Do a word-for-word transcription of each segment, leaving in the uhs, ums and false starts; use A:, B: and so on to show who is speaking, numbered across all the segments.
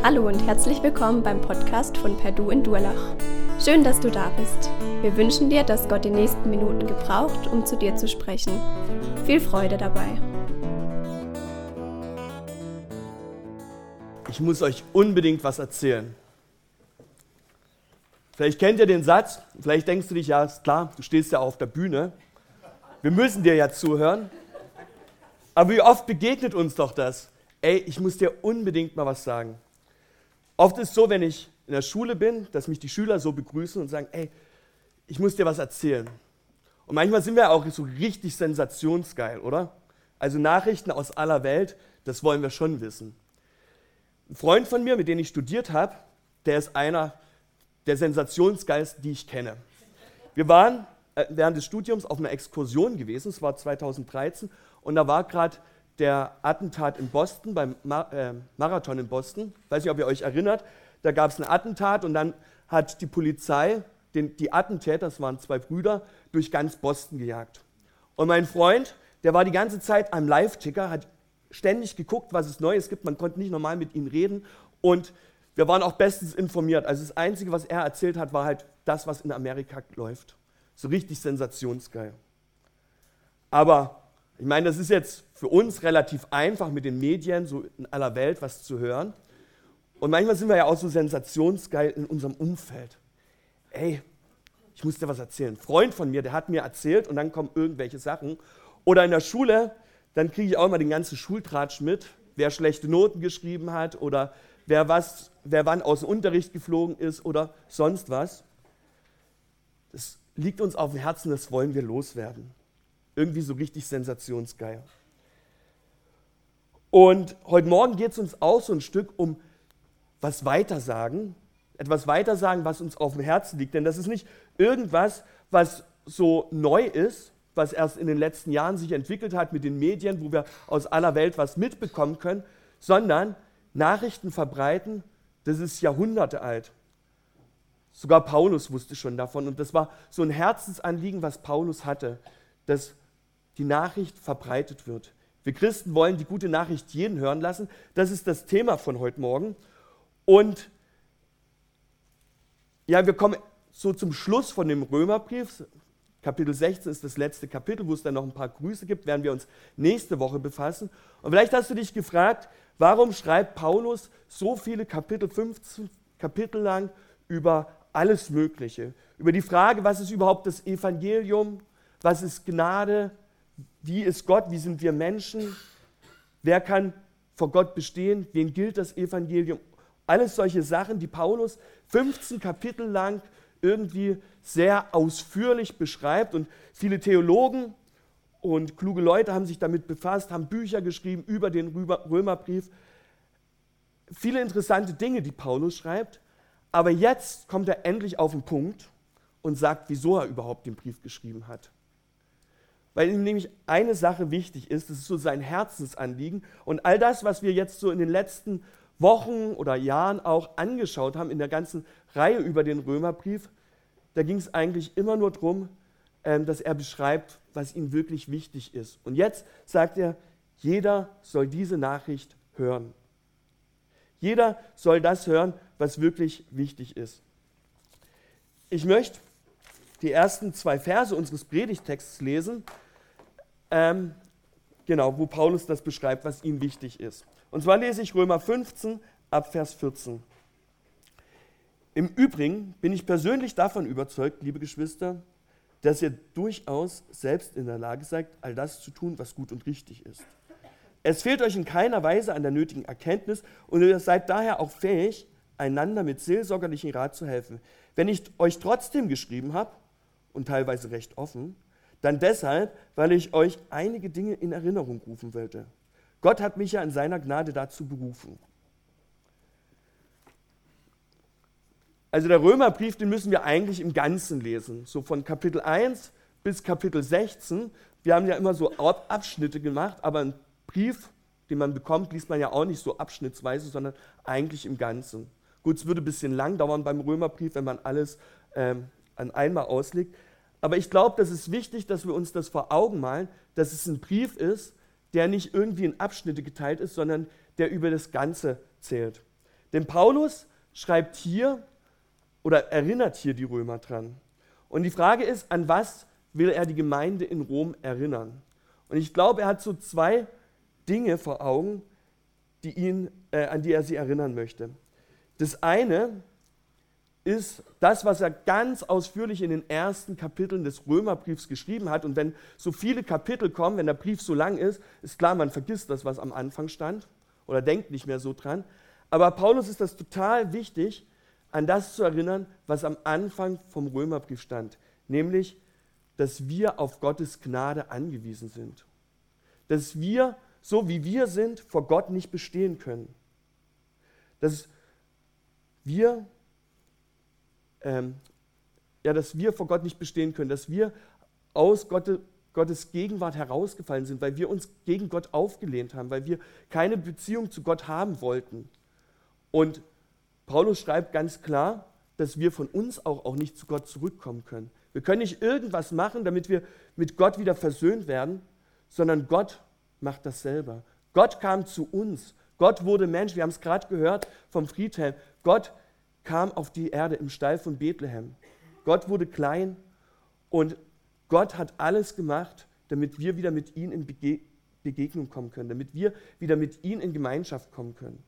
A: Hallo und herzlich willkommen beim Podcast von Perdu in Durlach. Schön, dass du da bist. Wir wünschen dir, dass Gott die nächsten Minuten gebraucht, um zu dir zu sprechen. Viel Freude dabei.
B: Ich muss euch unbedingt was erzählen. Vielleicht kennt ihr den Satz, vielleicht denkst du dich, ja, ist klar, du stehst ja auf der Bühne. Wir müssen dir ja zuhören. Aber wie oft begegnet uns doch das? Ey, ich muss dir unbedingt mal was sagen. Oft ist es so, wenn ich in der Schule bin, dass mich die Schüler so begrüßen und sagen, ey, ich muss dir was erzählen. Und manchmal sind wir auch so richtig sensationsgeil, oder? Also Nachrichten aus aller Welt, das wollen wir schon wissen. Ein Freund von mir, mit dem ich studiert habe, der ist einer der Sensationsgeilsten, die ich kenne. Wir waren äh, während des Studiums auf einer Exkursion gewesen, es war zweitausenddreizehn, und da war gerade der Attentat in Boston, beim Mar- äh, Marathon in Boston. Ich weiß nicht, ob ihr euch erinnert, da gab es ein Attentat und dann hat die Polizei den, die Attentäter, das waren zwei Brüder, durch ganz Boston gejagt. Und mein Freund, der war die ganze Zeit am Live-Ticker, hat ständig geguckt, was es Neues gibt, man konnte nicht normal mit ihm reden und wir waren auch bestens informiert. Also das Einzige, was er erzählt hat, war halt das, was in Amerika läuft. So richtig sensationsgeil. Aber ich meine, das ist jetzt für uns relativ einfach, mit den Medien so in aller Welt was zu hören. Und manchmal sind wir ja auch so sensationsgeil in unserem Umfeld. Ey, ich muss dir was erzählen. Ein Freund von mir, der hat mir erzählt und dann kommen irgendwelche Sachen. Oder in der Schule, dann kriege ich auch immer den ganzen Schultratsch mit, wer schlechte Noten geschrieben hat oder wer, was, wer wann aus dem Unterricht geflogen ist oder sonst was. Das liegt uns auf dem Herzen, das wollen wir loswerden. Irgendwie so richtig sensationsgeil. Und heute Morgen geht es uns auch so ein Stück um was weitersagen, etwas weitersagen, was uns auf dem Herzen liegt. Denn das ist nicht irgendwas, was so neu ist, was erst in den letzten Jahren sich entwickelt hat mit den Medien, wo wir aus aller Welt was mitbekommen können, sondern Nachrichten verbreiten, das ist Jahrhunderte alt. Sogar Paulus wusste schon davon und das war so ein Herzensanliegen, was Paulus hatte, dass die Nachricht verbreitet wird. Wir Christen wollen die gute Nachricht jeden hören lassen. Das ist das Thema von heute Morgen. Und ja, wir kommen so zum Schluss von dem Römerbrief. Kapitel sechzehn ist das letzte Kapitel, wo es dann noch ein paar Grüße gibt, werden wir uns nächste Woche befassen. Und vielleicht hast du dich gefragt, warum schreibt Paulus so viele Kapitel, fünfzehn Kapitel lang über alles Mögliche? Über die Frage, was ist überhaupt das Evangelium? Was ist Gnade? Wie ist Gott? Wie sind wir Menschen? Wer kann vor Gott bestehen? Wen gilt das Evangelium? Alles solche Sachen, die Paulus fünfzehn Kapitel lang irgendwie sehr ausführlich beschreibt. Und viele Theologen und kluge Leute haben sich damit befasst, haben Bücher geschrieben über den Römerbrief. Viele interessante Dinge, die Paulus schreibt. Aber jetzt kommt er endlich auf den Punkt und sagt, wieso er überhaupt den Brief geschrieben hat. Weil ihm nämlich eine Sache wichtig ist, das ist so sein Herzensanliegen. Und all das, was wir jetzt so in den letzten Wochen oder Jahren auch angeschaut haben, in der ganzen Reihe über den Römerbrief, da ging es eigentlich immer nur darum, dass er beschreibt, was ihm wirklich wichtig ist. Und jetzt sagt er, jeder soll diese Nachricht hören. Jeder soll das hören, was wirklich wichtig ist. Ich möchte die ersten zwei Verse unseres Predigtexts lesen, ähm, genau, wo Paulus das beschreibt, was ihm wichtig ist. Und zwar lese ich Römer fünfzehn ab Vers vierzehn. Im Übrigen bin ich persönlich davon überzeugt, liebe Geschwister, dass ihr durchaus selbst in der Lage seid, all das zu tun, was gut und richtig ist. Es fehlt euch in keiner Weise an der nötigen Erkenntnis und ihr seid daher auch fähig, einander mit seelsorgerlichen Rat zu helfen. Wenn ich euch trotzdem geschrieben habe, und teilweise recht offen, dann deshalb, weil ich euch einige Dinge in Erinnerung rufen wollte. Gott hat mich ja in seiner Gnade dazu berufen. Also der Römerbrief, den müssen wir eigentlich im Ganzen lesen, so von Kapitel eins bis Kapitel sechzehn. Wir haben ja immer so Abschnitte gemacht, aber einen Brief, den man bekommt, liest man ja auch nicht so abschnittsweise, sondern eigentlich im Ganzen. Gut, es würde ein bisschen lang dauern beim Römerbrief, wenn man alles ähm, an einmal auslegt. Aber ich glaube, das ist wichtig, dass wir uns das vor Augen malen, dass es ein Brief ist, der nicht irgendwie in Abschnitte geteilt ist, sondern der über das Ganze zählt. Denn Paulus schreibt hier oder erinnert hier die Römer dran. Und die Frage ist, an was will er die Gemeinde in Rom erinnern? Und ich glaube, er hat so zwei Dinge vor Augen, die ihn, äh, an die er sie erinnern möchte. Das eine ist das, was er ganz ausführlich in den ersten Kapiteln des Römerbriefs geschrieben hat. Und wenn so viele Kapitel kommen, wenn der Brief so lang ist, ist klar, man vergisst das, was am Anfang stand oder denkt nicht mehr so dran. Aber Paulus ist das total wichtig, an das zu erinnern, was am Anfang vom Römerbrief stand. Nämlich, dass wir auf Gottes Gnade angewiesen sind. Dass wir, so wie wir sind, vor Gott nicht bestehen können. Dass wir Ähm, ja, dass wir vor Gott nicht bestehen können, dass wir aus Gott, Gottes Gegenwart herausgefallen sind, weil wir uns gegen Gott aufgelehnt haben, weil wir keine Beziehung zu Gott haben wollten. Und Paulus schreibt ganz klar, dass wir von uns auch, auch nicht zu Gott zurückkommen können. Wir können nicht irgendwas machen, damit wir mit Gott wieder versöhnt werden, sondern Gott macht das selber. Gott kam zu uns. Gott wurde Mensch. Wir haben es gerade gehört vom Friedhelm. Gott kam auf die Erde im Stall von Bethlehem. Gott wurde klein und Gott hat alles gemacht, damit wir wieder mit ihm in Bege- Begegnung kommen können, damit wir wieder mit ihm in Gemeinschaft kommen können.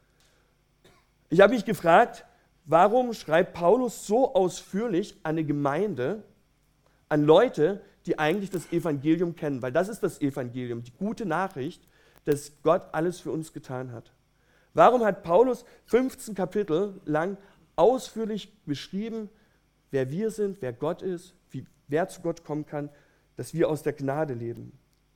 B: Ich habe mich gefragt, warum schreibt Paulus so ausführlich an eine Gemeinde, an Leute, die eigentlich das Evangelium kennen? Weil das ist das Evangelium, die gute Nachricht, dass Gott alles für uns getan hat. Warum hat Paulus fünfzehn Kapitel lang ausführlich beschrieben, wer wir sind, wer Gott ist, wie, wer zu Gott kommen kann, dass wir aus der Gnade leben?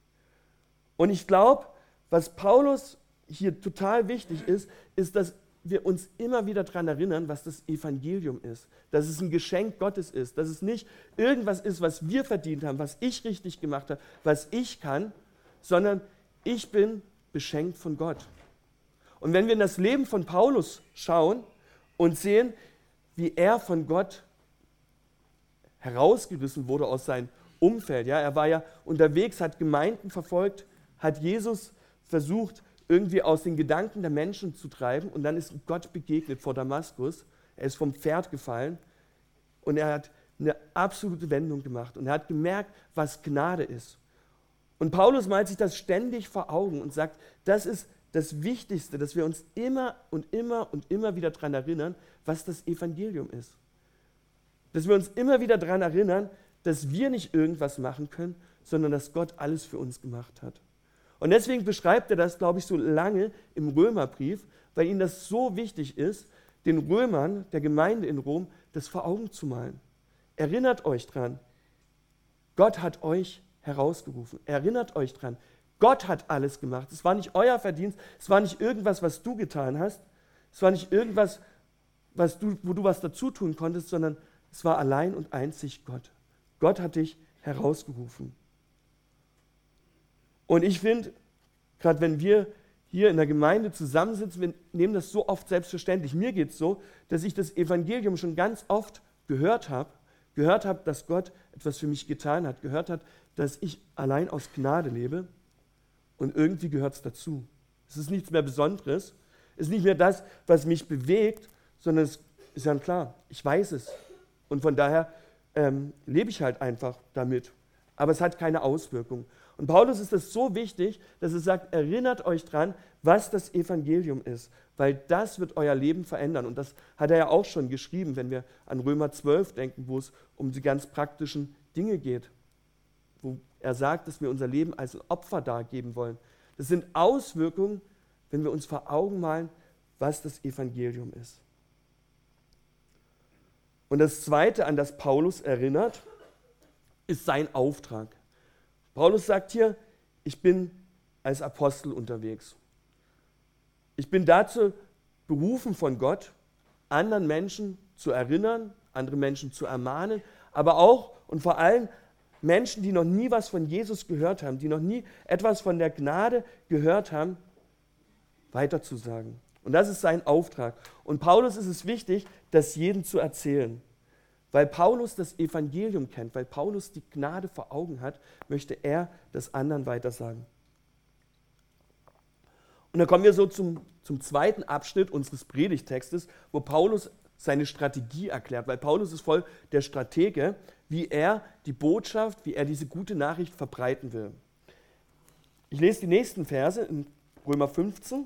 B: Und ich glaube, was Paulus hier total wichtig ist, ist, dass wir uns immer wieder daran erinnern, was das Evangelium ist. Dass es ein Geschenk Gottes ist, dass es nicht irgendwas ist, was wir verdient haben, was ich richtig gemacht habe, was ich kann, sondern ich bin beschenkt von Gott. Und wenn wir in das Leben von Paulus schauen und sehen, wie er von Gott herausgerissen wurde aus seinem Umfeld, ja, er war ja unterwegs, hat Gemeinden verfolgt, hat Jesus versucht, irgendwie aus den Gedanken der Menschen zu treiben und dann ist Gott begegnet vor Damaskus, er ist vom Pferd gefallen und er hat eine absolute Wendung gemacht und er hat gemerkt, was Gnade ist. Und Paulus malt sich das ständig vor Augen und sagt, das ist das Wichtigste, dass wir uns immer und immer und immer wieder daran erinnern, was das Evangelium ist. Dass wir uns immer wieder daran erinnern, dass wir nicht irgendwas machen können, sondern dass Gott alles für uns gemacht hat. Und deswegen beschreibt er das, glaube ich, so lange im Römerbrief, weil ihm das so wichtig ist, den Römern, der Gemeinde in Rom, das vor Augen zu malen. Erinnert euch dran, Gott hat euch herausgerufen. Erinnert euch dran, Gott hat alles gemacht. Es war nicht euer Verdienst, es war nicht irgendwas, was du getan hast, es war nicht irgendwas, was du, wo du was dazu tun konntest, sondern es war allein und einzig Gott. Gott hat dich herausgerufen. Und ich finde, gerade wenn wir hier in der Gemeinde zusammensitzen, wir nehmen das so oft selbstverständlich. Mir geht es so, dass ich das Evangelium schon ganz oft gehört habe, gehört habe, dass Gott etwas für mich getan hat, gehört hat, dass ich allein aus Gnade lebe. Und irgendwie gehört es dazu. Es ist nichts mehr Besonderes. Es ist nicht mehr das, was mich bewegt, sondern es ist ja klar, ich weiß es. Und von daher ähm, lebe ich halt einfach damit. Aber es hat keine Auswirkung. Und Paulus ist es so wichtig, dass er sagt, erinnert euch dran, was das Evangelium ist. Weil das wird euer Leben verändern. Und das hat er ja auch schon geschrieben, wenn wir an Römer zwölf denken, wo es um die ganz praktischen Dinge geht. Wo er sagt, dass wir unser Leben als ein Opfer dargeben wollen. Das sind Auswirkungen, wenn wir uns vor Augen malen, was das Evangelium ist. Und das Zweite, an das Paulus erinnert, ist sein Auftrag. Paulus sagt hier, ich bin als Apostel unterwegs. Ich bin dazu berufen von Gott, anderen Menschen zu erinnern, andere Menschen zu ermahnen, aber auch und vor allem Menschen, die noch nie was von Jesus gehört haben, die noch nie etwas von der Gnade gehört haben, weiterzusagen. Und das ist sein Auftrag. Und Paulus ist es wichtig, das jedem zu erzählen. Weil Paulus das Evangelium kennt, weil Paulus die Gnade vor Augen hat, möchte er das anderen weitersagen. Und dann kommen wir so zum, zum zweiten Abschnitt unseres Predigtextes, wo Paulus seine Strategie erklärt, weil Paulus ist voll der Stratege, wie er die Botschaft, wie er diese gute Nachricht verbreiten will. Ich lese die nächsten Verse in Römer fünfzehn,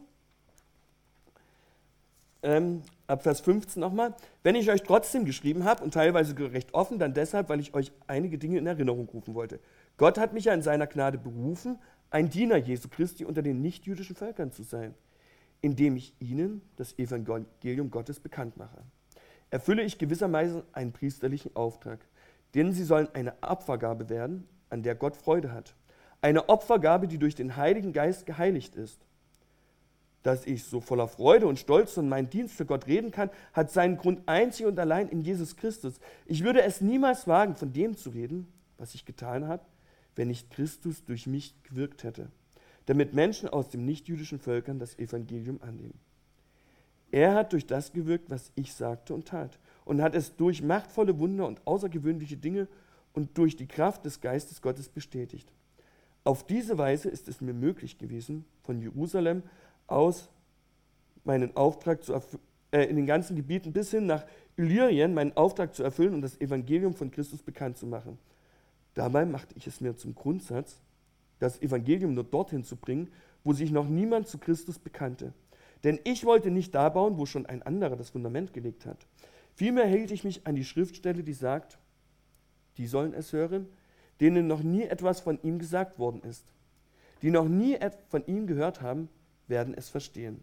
B: ähm, ab Vers fünfzehn nochmal. Wenn ich euch trotzdem geschrieben habe und teilweise recht offen, dann deshalb, weil ich euch einige Dinge in Erinnerung rufen wollte. Gott hat mich ja in seiner Gnade berufen, ein Diener Jesu Christi unter den nichtjüdischen Völkern zu sein, indem ich ihnen das Evangelium Gottes bekannt mache. Erfülle ich gewissermaßen einen priesterlichen Auftrag, denn sie sollen eine Opfergabe werden, an der Gott Freude hat. Eine Opfergabe, die durch den Heiligen Geist geheiligt ist. Dass ich so voller Freude und Stolz von meinem Dienst für Gott reden kann, hat seinen Grund einzig und allein in Jesus Christus. Ich würde es niemals wagen, von dem zu reden, was ich getan habe, wenn nicht Christus durch mich gewirkt hätte, damit Menschen aus den nichtjüdischen Völkern das Evangelium annehmen. Er hat durch das gewirkt, was ich sagte und tat, und hat es durch machtvolle Wunder und außergewöhnliche Dinge und durch die Kraft des Geistes Gottes bestätigt. Auf diese Weise ist es mir möglich gewesen, von Jerusalem aus meinen Auftrag zu erfüllen, äh, in den ganzen Gebieten bis hin nach Illyrien meinen Auftrag zu erfüllen und das Evangelium von Christus bekannt zu machen. Dabei machte ich es mir zum Grundsatz, das Evangelium nur dorthin zu bringen, wo sich noch niemand zu Christus bekannte. Denn ich wollte nicht da bauen, wo schon ein anderer das Fundament gelegt hat. Vielmehr hielt ich mich an die Schriftstelle, die sagt, die sollen es hören, denen noch nie etwas von ihm gesagt worden ist. Die noch nie von ihm gehört haben, werden es verstehen.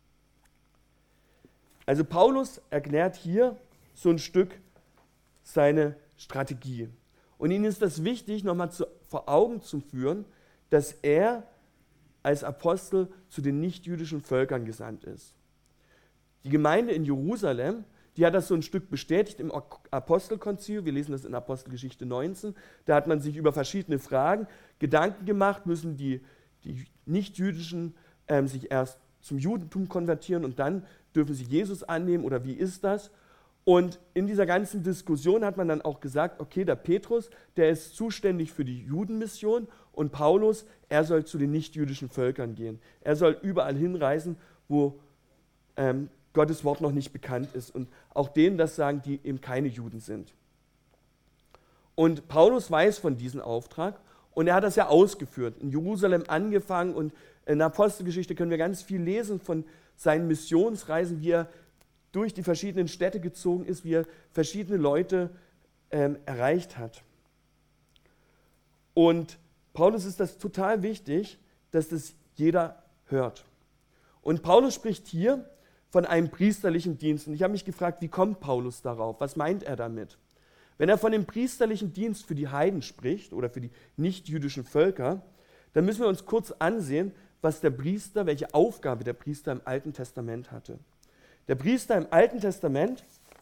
B: Also Paulus erklärt hier so ein Stück seine Strategie. Und ihnen ist das wichtig, nochmal zu, vor Augen zu führen, dass er als Apostel zu den nichtjüdischen Völkern gesandt ist. Die Gemeinde in Jerusalem, die hat das so ein Stück bestätigt im Apostelkonzil, wir lesen das in Apostelgeschichte neunzehn, da hat man sich über verschiedene Fragen Gedanken gemacht, müssen die, die Nichtjüdischen ähm, sich erst zum Judentum konvertieren und dann dürfen sie Jesus annehmen oder wie ist das? Und in dieser ganzen Diskussion hat man dann auch gesagt, okay, der Petrus, der ist zuständig für die Judenmission und Paulus, er soll zu den nichtjüdischen Völkern gehen. Er soll überall hinreisen, wo ähm, Gottes Wort noch nicht bekannt ist und auch denen das sagen, die eben keine Juden sind. Und Paulus weiß von diesem Auftrag und er hat das ja ausgeführt, in Jerusalem angefangen und in der Apostelgeschichte können wir ganz viel lesen von seinen Missionsreisen, wie er durch die verschiedenen Städte gezogen ist, wie er verschiedene Leute ähm, erreicht hat. Und Paulus ist das total wichtig, dass das jeder hört. Und Paulus spricht hier von einem priesterlichen Dienst. Und ich habe mich gefragt, wie kommt Paulus darauf? Was meint er damit? Wenn er von dem priesterlichen Dienst für die Heiden spricht oder für die nichtjüdischen Völker, dann müssen wir uns kurz ansehen, was der Priester, welche Aufgabe der Priester im Alten Testament hatte. Der Priester im Alten Testament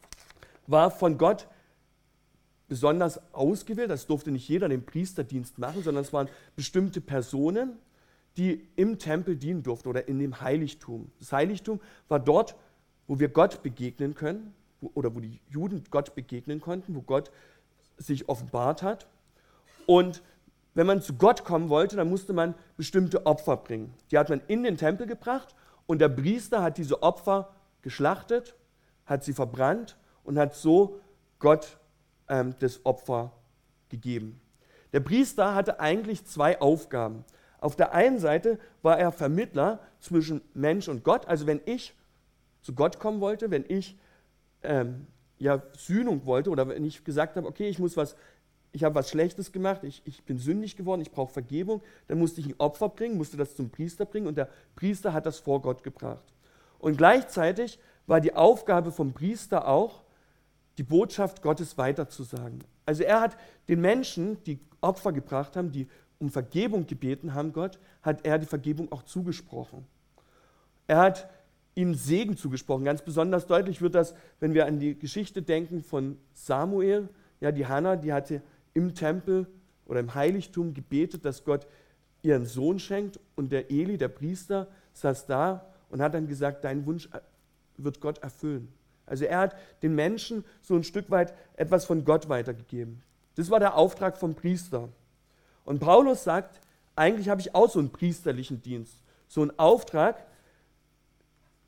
B: war von Gott besonders ausgewählt. Das durfte nicht jeder den Priesterdienst machen, sondern es waren bestimmte Personen, die im Tempel dienen durften oder in dem Heiligtum. Das Heiligtum war dort, wo wir Gott begegnen können wo, oder wo die Juden Gott begegnen konnten, wo Gott sich offenbart hat. Und wenn man zu Gott kommen wollte, dann musste man bestimmte Opfer bringen. Die hat man in den Tempel gebracht und der Priester hat diese Opfer geschlachtet, hat sie verbrannt und hat so Gott ähm, das Opfer gegeben. Der Priester hatte eigentlich zwei Aufgaben. Auf der einen Seite war er Vermittler zwischen Mensch und Gott. Also wenn ich zu Gott kommen wollte, wenn ich ähm, ja, Sühnung wollte oder wenn ich gesagt habe, okay, ich muss was, ich habe was Schlechtes gemacht, ich, ich bin sündig geworden, ich brauche Vergebung, dann musste ich ein Opfer bringen, musste das zum Priester bringen und der Priester hat das vor Gott gebracht. Und gleichzeitig war die Aufgabe vom Priester auch, die Botschaft Gottes weiterzusagen. Also er hat den Menschen, die Opfer gebracht haben, die um Vergebung gebeten haben, Gott, hat er die Vergebung auch zugesprochen. Er hat ihnen Segen zugesprochen. Ganz besonders deutlich wird das, wenn wir an die Geschichte denken von Samuel. Ja, die Hannah, die hatte im Tempel oder im Heiligtum gebetet, dass Gott ihren Sohn schenkt und der Eli, der Priester, saß da und hat dann gesagt, dein Wunsch wird Gott erfüllen. Also er hat den Menschen so ein Stück weit etwas von Gott weitergegeben. Das war der Auftrag vom Priester. Und Paulus sagt, eigentlich habe ich auch so einen priesterlichen Dienst, so einen Auftrag,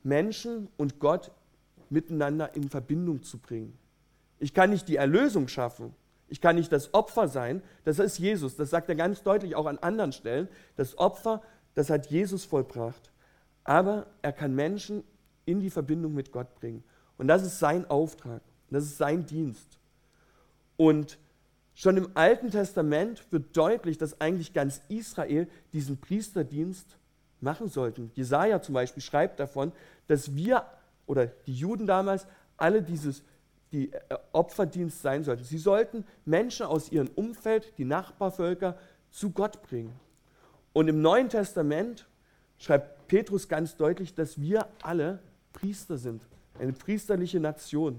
B: Menschen und Gott miteinander in Verbindung zu bringen. Ich kann nicht die Erlösung schaffen. Ich kann nicht das Opfer sein. Das ist Jesus. Das sagt er ganz deutlich auch an anderen Stellen. Das Opfer, das hat Jesus vollbracht. Aber er kann Menschen in die Verbindung mit Gott bringen. Und das ist sein Auftrag. Das ist sein Dienst. Und schon im Alten Testament wird deutlich, dass eigentlich ganz Israel diesen Priesterdienst machen sollten. Jesaja zum Beispiel schreibt davon, dass wir oder die Juden damals alle dieses die Opferdienst sein sollten. Sie sollten Menschen aus ihrem Umfeld, die Nachbarvölker, zu Gott bringen. Und im Neuen Testament schreibt Petrus ganz deutlich, dass wir alle Priester sind, eine priesterliche Nation.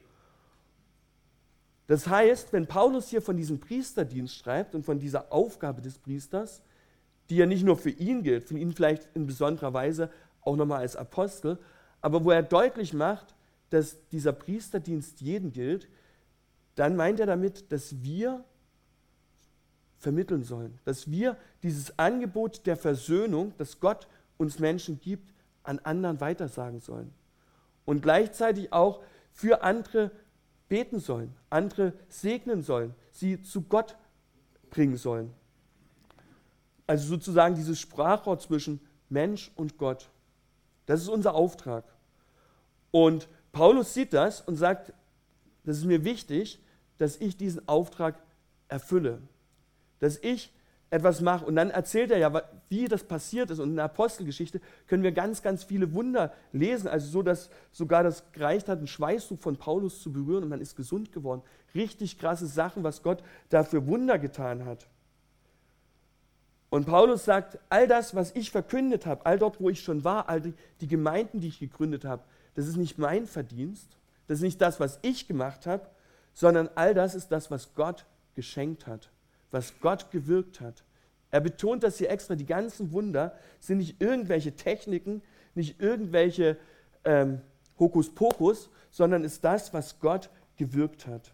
B: Das heißt, wenn Paulus hier von diesem Priesterdienst schreibt und von dieser Aufgabe des Priesters, die ja nicht nur für ihn gilt, für ihn vielleicht in besonderer Weise auch nochmal als Apostel, aber wo er deutlich macht, dass dieser Priesterdienst jeden gilt, dann meint er damit, dass wir vermitteln sollen, dass wir dieses Angebot der Versöhnung, das Gott uns Menschen gibt, an anderen weitersagen sollen. Und gleichzeitig auch für andere beten sollen, andere segnen sollen, sie zu Gott bringen sollen. Also sozusagen dieses Sprachrohr zwischen Mensch und Gott. Das ist unser Auftrag. Und Paulus sieht das und sagt, das ist mir wichtig, dass ich diesen Auftrag erfülle, dass ich etwas mache. Und dann erzählt er ja, wie das passiert ist. Und in der Apostelgeschichte können wir ganz, ganz viele Wunder lesen, also so, dass sogar das gereicht hat, einen Schweißtuch von Paulus zu berühren und man ist gesund geworden. Richtig krasse Sachen, was Gott da für Wunder getan hat. Und Paulus sagt, all das, was ich verkündet habe, all dort, wo ich schon war, all die, die Gemeinden, die ich gegründet habe, das ist nicht mein Verdienst, das ist nicht das, was ich gemacht habe, sondern all das ist das, was Gott geschenkt hat, was Gott gewirkt hat. Er betont das hier extra, die ganzen Wunder sind nicht irgendwelche Techniken, nicht irgendwelche ähm, Hokuspokus, sondern ist das, was Gott gewirkt hat.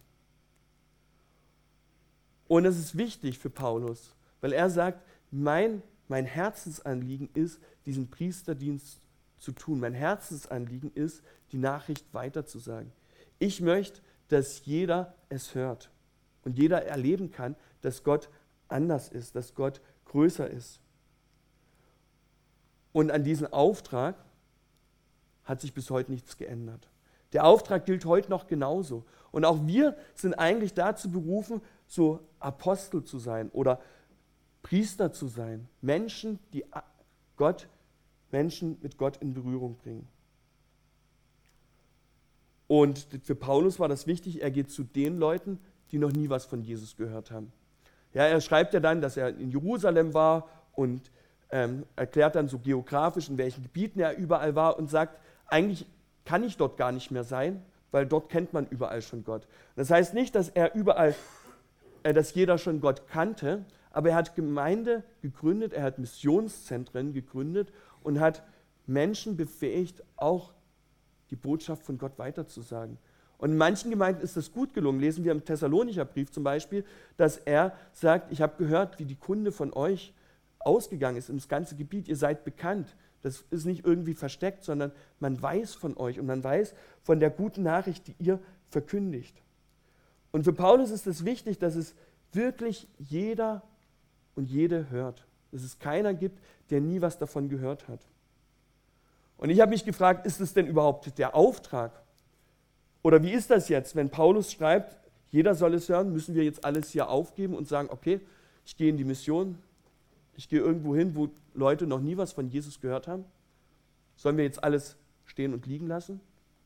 B: Und das ist wichtig für Paulus, weil er sagt, mein, mein Herzensanliegen ist, diesen Priesterdienst zu tun. Mein Herzensanliegen ist, die Nachricht weiterzusagen. Ich möchte, dass jeder es hört und jeder erleben kann, dass Gott anders ist, dass Gott größer ist. Und an diesem Auftrag hat sich bis heute nichts geändert. Der Auftrag gilt heute noch genauso. Und auch wir sind eigentlich dazu berufen, so Apostel zu sein oder Priester zu sein. Menschen, die Gott Menschen mit Gott in Berührung bringen. Und für Paulus war das wichtig, er geht zu den Leuten, die noch nie was von Jesus gehört haben. Ja, er schreibt ja dann, dass er in Jerusalem war und ähm, erklärt dann so geografisch, in welchen Gebieten er überall war und sagt, eigentlich kann ich dort gar nicht mehr sein, weil dort kennt man überall schon Gott. Das heißt nicht, dass er überall, äh, dass jeder schon Gott kannte, aber er hat Gemeinde gegründet, er hat Missionszentren gegründet und hat Menschen befähigt, auch die Botschaft von Gott weiterzusagen. Und in manchen Gemeinden ist das gut gelungen. Lesen wir im Thessalonicher Brief zum Beispiel, dass er sagt, ich habe gehört, wie die Kunde von euch ausgegangen ist ins ganze Gebiet. Ihr seid bekannt. Das ist nicht irgendwie versteckt, sondern man weiß von euch und man weiß von der guten Nachricht, die ihr verkündigt. Und für Paulus ist es wichtig, dass es wirklich jeder und jede hört. Dass es keiner gibt, der nie was davon gehört hat. Und ich habe mich gefragt, ist es denn überhaupt der Auftrag? Oder wie ist das jetzt, wenn Paulus schreibt, jeder soll es hören, müssen wir jetzt alles hier aufgeben und sagen, okay, ich gehe in die Mission, ich gehe irgendwo hin, wo Leute noch nie was von Jesus gehört haben? Sollen wir jetzt alles stehen und liegen lassen?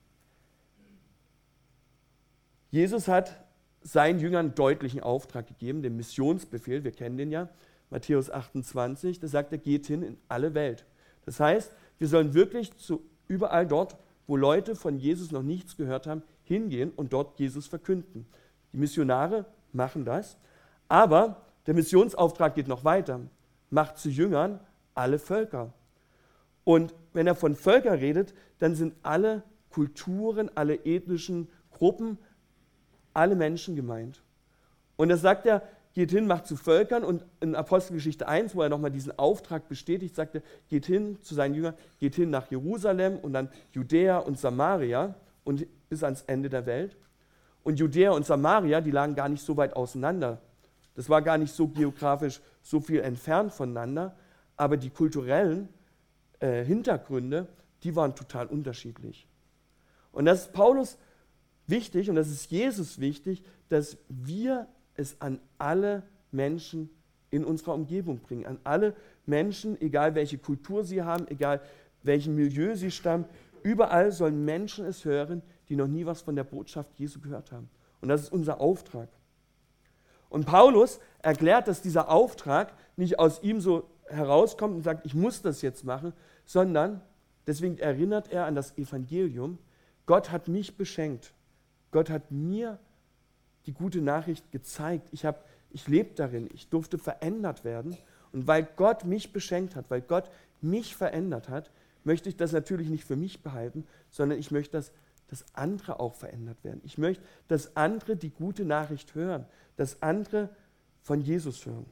B: Jesus hat seinen Jüngern einen deutlichen Auftrag gegeben, den Missionsbefehl, wir kennen den ja, Matthäus achtundzwanzig, da sagt er, geht hin in alle Welt. Das heißt, wir sollen wirklich zu überall dort, wo Leute von Jesus noch nichts gehört haben, hingehen und dort Jesus verkünden. Die Missionare machen das, aber der Missionsauftrag geht noch weiter. Macht zu Jüngern alle Völker. Und wenn er von Völkern redet, dann sind alle Kulturen, alle ethnischen Gruppen, alle Menschen gemeint. Und das sagt er, geht hin, macht zu Völkern, und in Apostelgeschichte eins, wo er nochmal diesen Auftrag bestätigt, sagte, geht hin zu seinen Jüngern, geht hin nach Jerusalem und dann Judäa und Samaria und bis ans Ende der Welt. Und Judäa und Samaria, die lagen gar nicht so weit auseinander. Das war gar nicht so geografisch so viel entfernt voneinander, aber die kulturellen äh, Hintergründe, die waren total unterschiedlich. Und das ist Paulus wichtig und das ist Jesus wichtig, dass wir es an alle Menschen in unserer Umgebung bringen, an alle Menschen, egal welche Kultur sie haben, egal welchem Milieu sie stammen, überall sollen Menschen es hören, die noch nie was von der Botschaft Jesu gehört haben. Und das ist unser Auftrag. Und Paulus erklärt, dass dieser Auftrag nicht aus ihm so herauskommt und sagt, ich muss das jetzt machen, sondern deswegen erinnert er an das Evangelium. Gott hat mich beschenkt. Gott hat mir die gute Nachricht gezeigt. Ich, hab, ich lebe darin. Ich durfte verändert werden. Und weil Gott mich beschenkt hat, weil Gott mich verändert hat, möchte ich das natürlich nicht für mich behalten, sondern ich möchte, dass, dass andere auch verändert werden. Ich möchte, dass andere die gute Nachricht hören, dass andere von Jesus hören.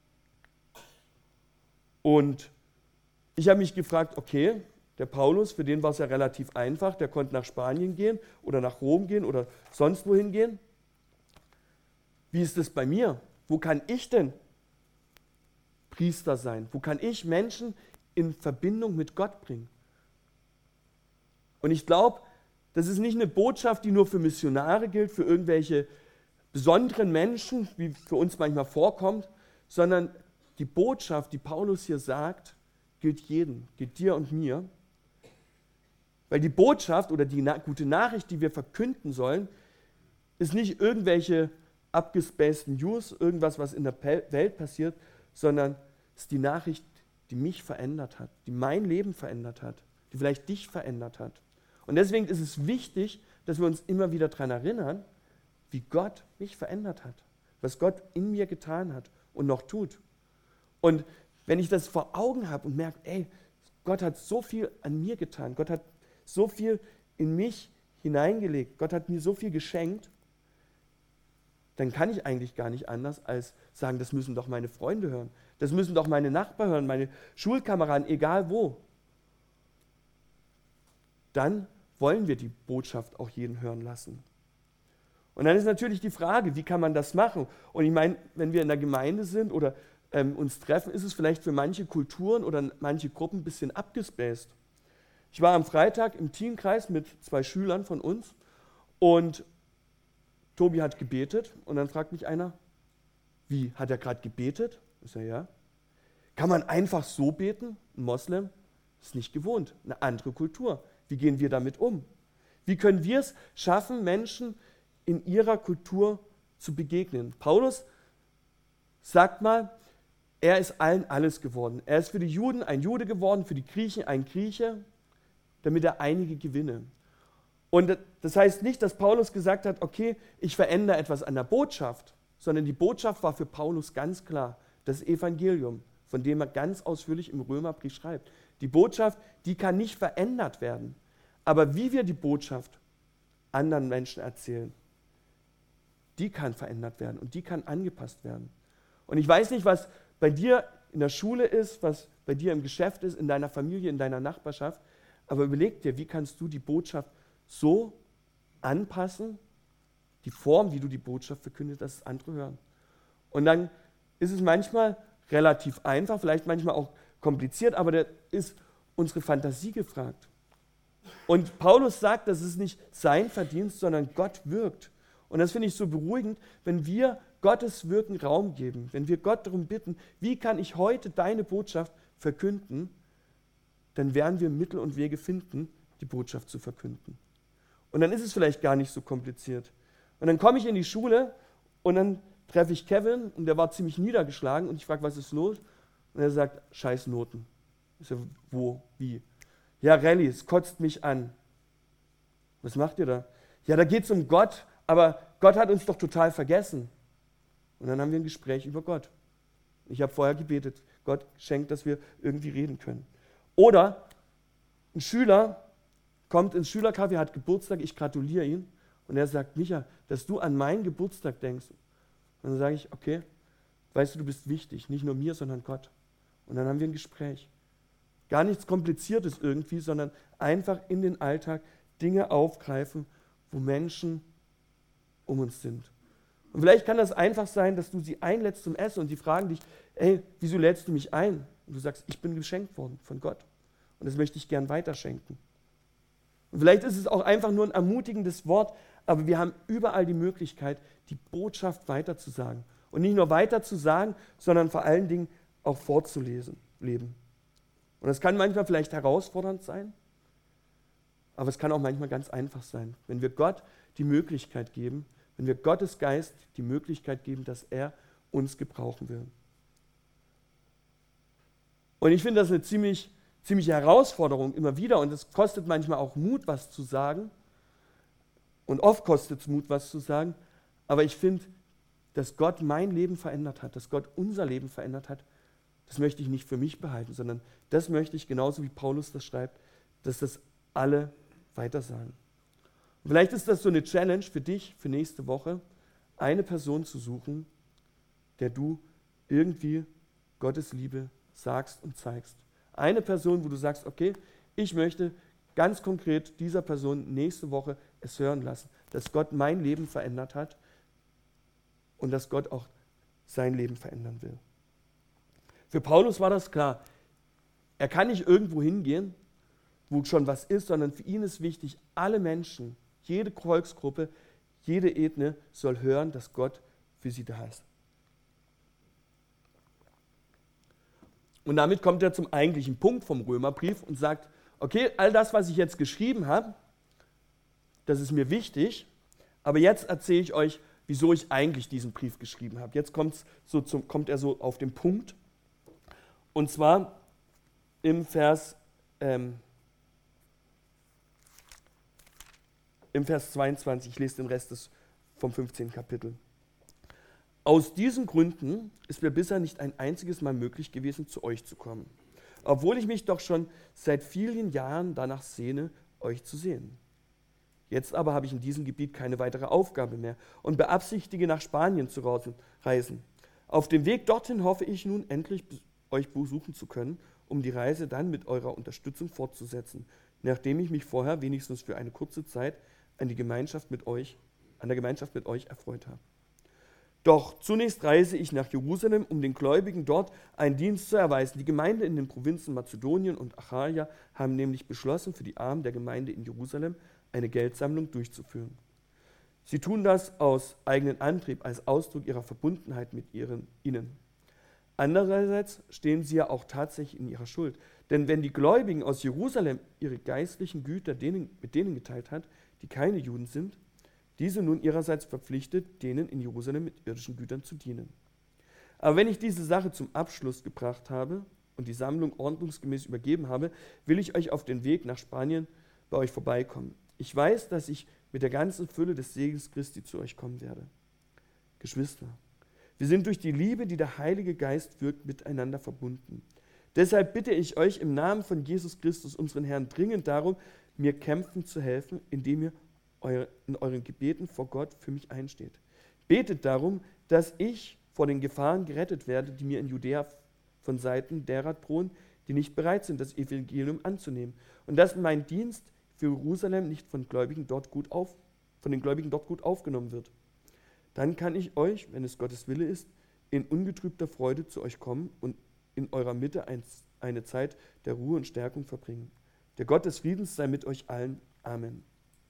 B: Und ich habe mich gefragt, okay, der Paulus, für den war es ja relativ einfach, der konnte nach Spanien gehen oder nach Rom gehen oder sonst wohin gehen. Wie ist das bei mir? Wo kann ich denn Priester sein? Wo kann ich Menschen in Verbindung mit Gott bringen? Und ich glaube, das ist nicht eine Botschaft, die nur für Missionare gilt, für irgendwelche besonderen Menschen, wie für uns manchmal vorkommt, sondern die Botschaft, die Paulus hier sagt, gilt jedem, gilt dir und mir. Weil die Botschaft oder die na- gute Nachricht, die wir verkünden sollen, ist nicht irgendwelche abgespaceden News, irgendwas, was in der Pe- Welt passiert, sondern es ist die Nachricht, die mich verändert hat, die mein Leben verändert hat, die vielleicht dich verändert hat. Und deswegen ist es wichtig, dass wir uns immer wieder daran erinnern, wie Gott mich verändert hat, was Gott in mir getan hat und noch tut. Und wenn ich das vor Augen habe und merke, ey, Gott hat so viel an mir getan, Gott hat so viel in mich hineingelegt, Gott hat mir so viel geschenkt, dann kann ich eigentlich gar nicht anders als sagen, das müssen doch meine Freunde hören, das müssen doch meine Nachbarn hören, meine Schulkameraden, egal wo. Dann wollen wir die Botschaft auch jeden hören lassen. Und dann ist natürlich die Frage, wie kann man das machen? Und ich meine, wenn wir in der Gemeinde sind oder ähm, uns treffen, ist es vielleicht für manche Kulturen oder manche Gruppen ein bisschen abgespaced. Ich war am Freitag im Teamkreis mit zwei Schülern von uns und Tobi hat gebetet und dann fragt mich einer, wie, hat er gerade gebetet? Ich sage, ja. Kann man einfach so beten? Ein Moslem ist nicht gewohnt, eine andere Kultur. Wie gehen wir damit um? Wie können wir es schaffen, Menschen in ihrer Kultur zu begegnen? Paulus sagt mal, er ist allen alles geworden. Er ist für die Juden ein Jude geworden, für die Griechen ein Grieche, damit er einige gewinne. Und das heißt nicht, dass Paulus gesagt hat, okay, ich verändere etwas an der Botschaft, sondern die Botschaft war für Paulus ganz klar, das Evangelium, von dem er ganz ausführlich im Römerbrief schreibt. Die Botschaft, die kann nicht verändert werden. Aber wie wir die Botschaft anderen Menschen erzählen, die kann verändert werden und die kann angepasst werden. Und ich weiß nicht, was bei dir in der Schule ist, was bei dir im Geschäft ist, in deiner Familie, in deiner Nachbarschaft, aber überleg dir, wie kannst du die Botschaft so anpassen, die Form, wie du die Botschaft verkündest, dass es andere hören. Und dann ist es manchmal relativ einfach, vielleicht manchmal auch kompliziert, aber da ist unsere Fantasie gefragt. Und Paulus sagt, das ist nicht sein Verdienst, sondern Gott wirkt. Und das finde ich so beruhigend, wenn wir Gottes Wirken Raum geben, wenn wir Gott darum bitten, wie kann ich heute deine Botschaft verkünden, dann werden wir Mittel und Wege finden, die Botschaft zu verkünden. Und dann ist es vielleicht gar nicht so kompliziert. Und dann komme ich in die Schule und dann treffe ich Kevin und der war ziemlich niedergeschlagen und ich frage, was ist los? Und er sagt, scheiß Noten. Ich sage, wo, wie? Ja, Rallye, es kotzt mich an. Was macht ihr da? Ja, da geht es um Gott, aber Gott hat uns doch total vergessen. Und dann haben wir ein Gespräch über Gott. Ich habe vorher gebetet, Gott schenkt, dass wir irgendwie reden können. Oder ein Schüler kommt ins Schülercafé, hat Geburtstag, ich gratuliere ihm und er sagt, Micha, dass du an meinen Geburtstag denkst. Und dann sage ich, okay, weißt du, du bist wichtig, nicht nur mir, sondern Gott. Und dann haben wir ein Gespräch. Gar nichts Kompliziertes irgendwie, sondern einfach in den Alltag Dinge aufgreifen, wo Menschen um uns sind. Und vielleicht kann das einfach sein, dass du sie einlädst zum Essen und die fragen dich, ey, wieso lädst du mich ein? Und du sagst, ich bin geschenkt worden von Gott und das möchte ich gern weiterschenken. Und vielleicht ist es auch einfach nur ein ermutigendes Wort, aber wir haben überall die Möglichkeit, die Botschaft weiterzusagen. Und nicht nur weiterzusagen, sondern vor allen Dingen auch vorzulesen, leben. Und das kann manchmal vielleicht herausfordernd sein, aber es kann auch manchmal ganz einfach sein, wenn wir Gott die Möglichkeit geben, wenn wir Gottes Geist die Möglichkeit geben, dass er uns gebrauchen will. Und ich finde das eine ziemlich, ziemliche Herausforderung immer wieder und es kostet manchmal auch Mut, was zu sagen. Und oft kostet es Mut, was zu sagen. Aber ich finde, dass Gott mein Leben verändert hat, dass Gott unser Leben verändert hat, das möchte ich nicht für mich behalten, sondern das möchte ich, genauso wie Paulus das schreibt, dass das alle weitersagen. Und vielleicht ist das so eine Challenge für dich, für nächste Woche, eine Person zu suchen, der du irgendwie Gottes Liebe sagst und zeigst. Eine Person, wo du sagst, okay, ich möchte ganz konkret dieser Person nächste Woche es hören lassen, dass Gott mein Leben verändert hat und dass Gott auch sein Leben verändern will. Für Paulus war das klar. Er kann nicht irgendwo hingehen, wo schon was ist, sondern für ihn ist wichtig, alle Menschen, jede Volksgruppe, jede Ethnie soll hören, dass Gott für sie da ist. Und damit kommt er zum eigentlichen Punkt vom Römerbrief und sagt, okay, all das, was ich jetzt geschrieben habe, das ist mir wichtig, aber jetzt erzähle ich euch, wieso ich eigentlich diesen Brief geschrieben habe. Jetzt kommt's so zum, kommt er so auf den Punkt. Und zwar im Vers, ähm, im Vers zweiundzwanzig, ich lese den Rest des, vom fünfzehnten Kapitel. Aus diesen Gründen ist mir bisher nicht ein einziges Mal möglich gewesen, zu euch zu kommen, obwohl ich mich doch schon seit vielen Jahren danach sehne, euch zu sehen. Jetzt aber habe ich in diesem Gebiet keine weitere Aufgabe mehr und beabsichtige, nach Spanien zu reisen. Auf dem Weg dorthin hoffe ich nun endlich, euch besuchen zu können, um die Reise dann mit eurer Unterstützung fortzusetzen, nachdem ich mich vorher wenigstens für eine kurze Zeit an die Gemeinschaft mit euch, an der Gemeinschaft mit euch erfreut habe. Doch zunächst reise ich nach Jerusalem, um den Gläubigen dort einen Dienst zu erweisen. Die Gemeinde in den Provinzen Mazedonien und Achaia haben nämlich beschlossen, für die Armen der Gemeinde in Jerusalem eine Geldsammlung durchzuführen. Sie tun das aus eigenem Antrieb, als Ausdruck ihrer Verbundenheit mit ihren, ihnen. Andererseits stehen sie ja auch tatsächlich in ihrer Schuld. Denn wenn die Gläubigen aus Jerusalem ihre geistlichen Güter denen, mit denen geteilt hat, die keine Juden sind, diese nun ihrerseits verpflichtet, denen in Jerusalem mit irdischen Gütern zu dienen. Aber wenn ich diese Sache zum Abschluss gebracht habe und die Sammlung ordnungsgemäß übergeben habe, will ich euch auf den Weg nach Spanien bei euch vorbeikommen. Ich weiß, dass ich mit der ganzen Fülle des Segens Christi zu euch kommen werde. Geschwister, wir sind durch die Liebe, die der Heilige Geist wirkt, miteinander verbunden. Deshalb bitte ich euch im Namen von Jesus Christus, unseren Herrn, dringend darum, mir kämpfen zu helfen, indem ihr in euren Gebeten vor Gott für mich einsteht. Betet darum, dass ich vor den Gefahren gerettet werde, die mir in Judäa von Seiten derer drohen, die nicht bereit sind, das Evangelium anzunehmen. Und dass mein Dienst für Jerusalem nicht von, Gläubigen dort gut auf, von den Gläubigen dort gut aufgenommen wird. Dann kann ich euch, wenn es Gottes Wille ist, in ungetrübter Freude zu euch kommen und in eurer Mitte ein, eine Zeit der Ruhe und Stärkung verbringen. Der Gott des Friedens sei mit euch allen. Amen.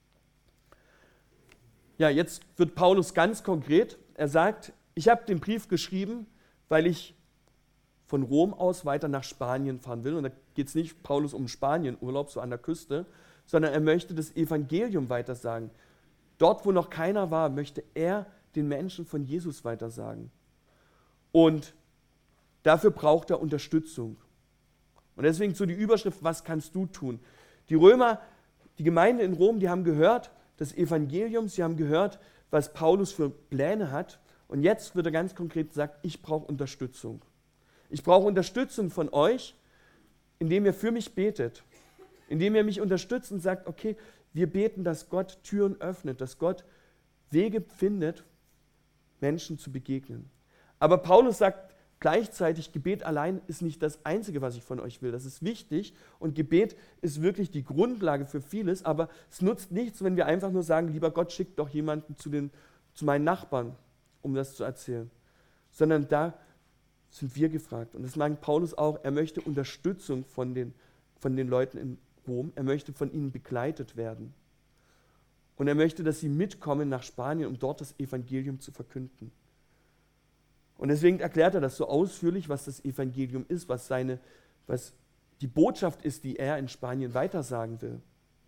B: Ja, jetzt wird Paulus ganz konkret. Er sagt, ich habe den Brief geschrieben, weil ich von Rom aus weiter nach Spanien fahren will. Und da geht es nicht Paulus um Spanienurlaub, so an der Küste, sondern er möchte das Evangelium weitersagen. Dort, wo noch keiner war, möchte er den Menschen von Jesus weitersagen. Und dafür braucht er Unterstützung. Und deswegen so die Überschrift, was kannst du tun? Die Römer, die Gemeinde in Rom, die haben gehört, das Evangelium, sie haben gehört, was Paulus für Pläne hat. Und jetzt wird er ganz konkret gesagt, ich brauche Unterstützung. Ich brauche Unterstützung von euch, indem ihr für mich betet. Indem ihr mich unterstützt und sagt, okay, wir beten, dass Gott Türen öffnet, dass Gott Wege findet, Menschen zu begegnen. Aber Paulus sagt gleichzeitig, Gebet allein ist nicht das Einzige, was ich von euch will. Das ist wichtig und Gebet ist wirklich die Grundlage für vieles, aber es nutzt nichts, wenn wir einfach nur sagen, lieber Gott, schickt doch jemanden zu, den, zu meinen Nachbarn, um das zu erzählen. Sondern da sind wir gefragt. Und das meint Paulus auch, er möchte Unterstützung von den, von den Leuten in Rom, er möchte von ihnen begleitet werden. Und er möchte, dass sie mitkommen nach Spanien, um dort das Evangelium zu verkünden. Und deswegen erklärt er das so ausführlich, was das Evangelium ist, was, seine, was die Botschaft ist, die er in Spanien weitersagen will.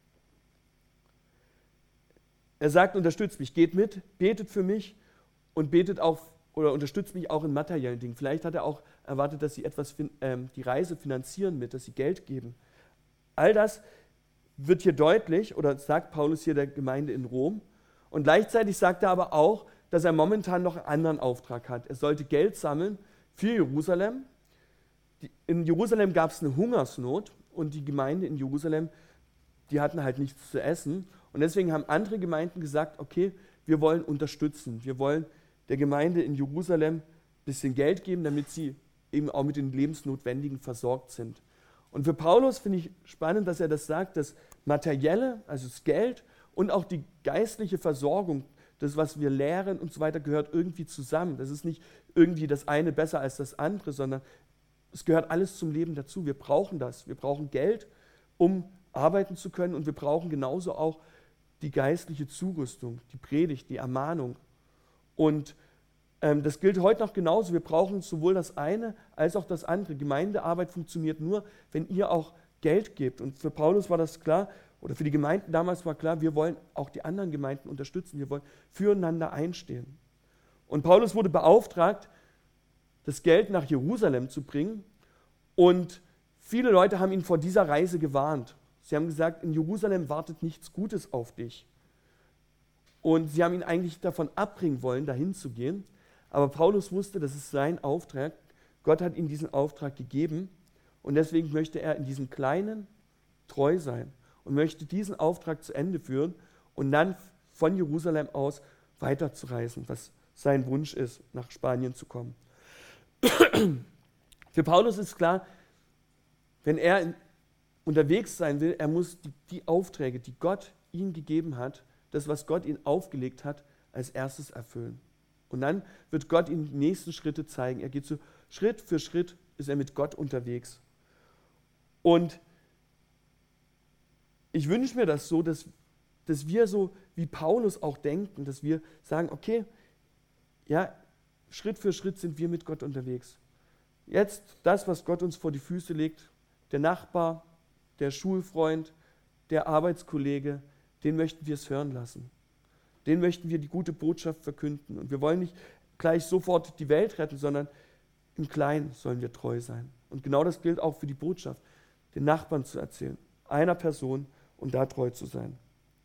B: Er sagt, unterstützt mich, geht mit, betet für mich und betet auch oder unterstützt mich auch in materiellen Dingen. Vielleicht hat er auch erwartet, dass sie etwas ähm, die Reise finanzieren mit, dass sie Geld geben. All das wird hier deutlich, oder sagt Paulus hier der Gemeinde in Rom. Und gleichzeitig sagt er aber auch, dass er momentan noch einen anderen Auftrag hat. Er sollte Geld sammeln für Jerusalem. In Jerusalem gab es eine Hungersnot und die Gemeinde in Jerusalem, die hatten halt nichts zu essen. Und deswegen haben andere Gemeinden gesagt, okay, wir wollen unterstützen. Wir wollen der Gemeinde in Jerusalem ein bisschen Geld geben, damit sie eben auch mit den Lebensnotwendigen versorgt sind. Und für Paulus finde ich spannend, dass er das sagt, das Materielle, also das Geld und auch die geistliche Versorgung, das, was wir lehren und so weiter, gehört irgendwie zusammen. Das ist nicht irgendwie das eine besser als das andere, sondern es gehört alles zum Leben dazu. Wir brauchen das. Wir brauchen Geld, um arbeiten zu können und wir brauchen genauso auch die geistliche Zurüstung, die Predigt, die Ermahnung. Und ähm, das gilt heute noch genauso. Wir brauchen sowohl das eine als auch das andere. Gemeindearbeit funktioniert nur, wenn ihr auch Geld gebt. Und für Paulus war das klar, oder für die Gemeinden damals war klar, wir wollen auch die anderen Gemeinden unterstützen. Wir wollen füreinander einstehen. Und Paulus wurde beauftragt, das Geld nach Jerusalem zu bringen. Und viele Leute haben ihn vor dieser Reise gewarnt. Sie haben gesagt, in Jerusalem wartet nichts Gutes auf dich. Und sie haben ihn eigentlich davon abbringen wollen, dahin zu gehen. Aber Paulus wusste, das ist sein Auftrag. Gott hat ihm diesen Auftrag gegeben. Und deswegen möchte er in diesem Kleinen treu sein und möchte diesen Auftrag zu Ende führen und dann von Jerusalem aus weiterzureisen, was sein Wunsch ist, nach Spanien zu kommen. Für Paulus ist klar, wenn er in, unterwegs sein will, er muss die, die Aufträge, die Gott ihm gegeben hat, das, was Gott ihm aufgelegt hat, als erstes erfüllen. Und dann wird Gott ihm die nächsten Schritte zeigen. Er geht so Schritt für Schritt, ist er mit Gott unterwegs. Und ich wünsche mir das so, dass, dass wir so wie Paulus auch denken, dass wir sagen, okay, ja, Schritt für Schritt sind wir mit Gott unterwegs. Jetzt das, was Gott uns vor die Füße legt, der Nachbar, der Schulfreund, der Arbeitskollege, den möchten wir es hören lassen. Den möchten wir die gute Botschaft verkünden. Und wir wollen nicht gleich sofort die Welt retten, sondern im Kleinen sollen wir treu sein. Und genau das gilt auch für die Botschaft, den Nachbarn zu erzählen, einer Person und da treu zu sein.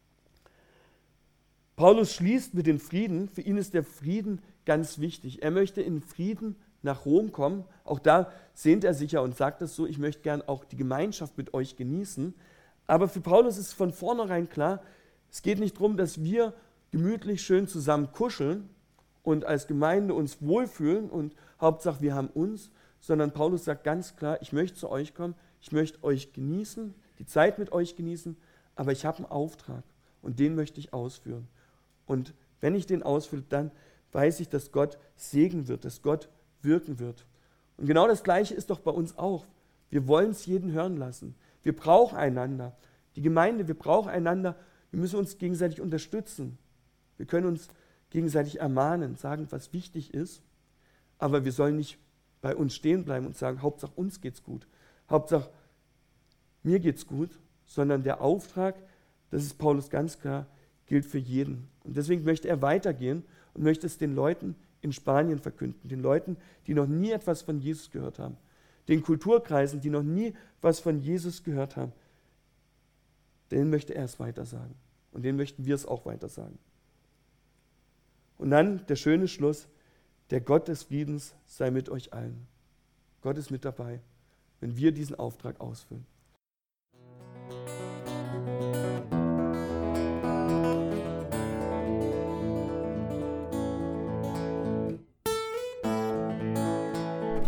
B: Paulus schließt mit dem Frieden. Für ihn ist der Frieden ganz wichtig. Er möchte in Frieden nach Rom kommen. Auch da sehnt er sich ja und sagt es so, ich möchte gern auch die Gemeinschaft mit euch genießen. Aber für Paulus ist von vornherein klar, es geht nicht darum, dass wir gemütlich schön zusammen kuscheln und als Gemeinde uns wohlfühlen und Hauptsache wir haben uns, sondern Paulus sagt ganz klar, ich möchte zu euch kommen, ich möchte euch genießen, die Zeit mit euch genießen, aber ich habe einen Auftrag und den möchte ich ausführen. Und wenn ich den ausführe, dann weiß ich, dass Gott segnen wird, dass Gott wirken wird. Und genau das Gleiche ist doch bei uns auch. Wir wollen es jeden hören lassen. Wir brauchen einander. Die Gemeinde, wir brauchen einander. Wir müssen uns gegenseitig unterstützen. Wir können uns gegenseitig ermahnen, sagen, was wichtig ist. Aber wir sollen nicht bei uns stehen bleiben und sagen, Hauptsache uns geht's gut. Hauptsache mir geht's gut. Sondern der Auftrag, das ist Paulus ganz klar, gilt für jeden. Und deswegen möchte er weitergehen und möchte es den Leuten in Spanien verkünden. Den Leuten, die noch nie etwas von Jesus gehört haben. Den Kulturkreisen, die noch nie was von Jesus gehört haben. Denen möchte er es weitersagen. Und denen möchten wir es auch weitersagen. Und dann der schöne Schluss, der Gott des Friedens sei mit euch allen. Gott ist mit dabei, wenn wir diesen Auftrag ausfüllen.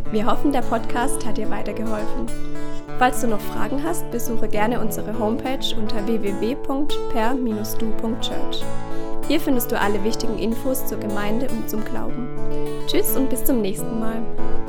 A: Wir hoffen, der Podcast hat dir weitergeholfen. Falls du noch Fragen hast, besuche gerne unsere Homepage unter w w w punkt per Bindestrich du punkt church. Hier findest du alle wichtigen Infos zur Gemeinde und zum Glauben. Tschüss und bis zum nächsten Mal.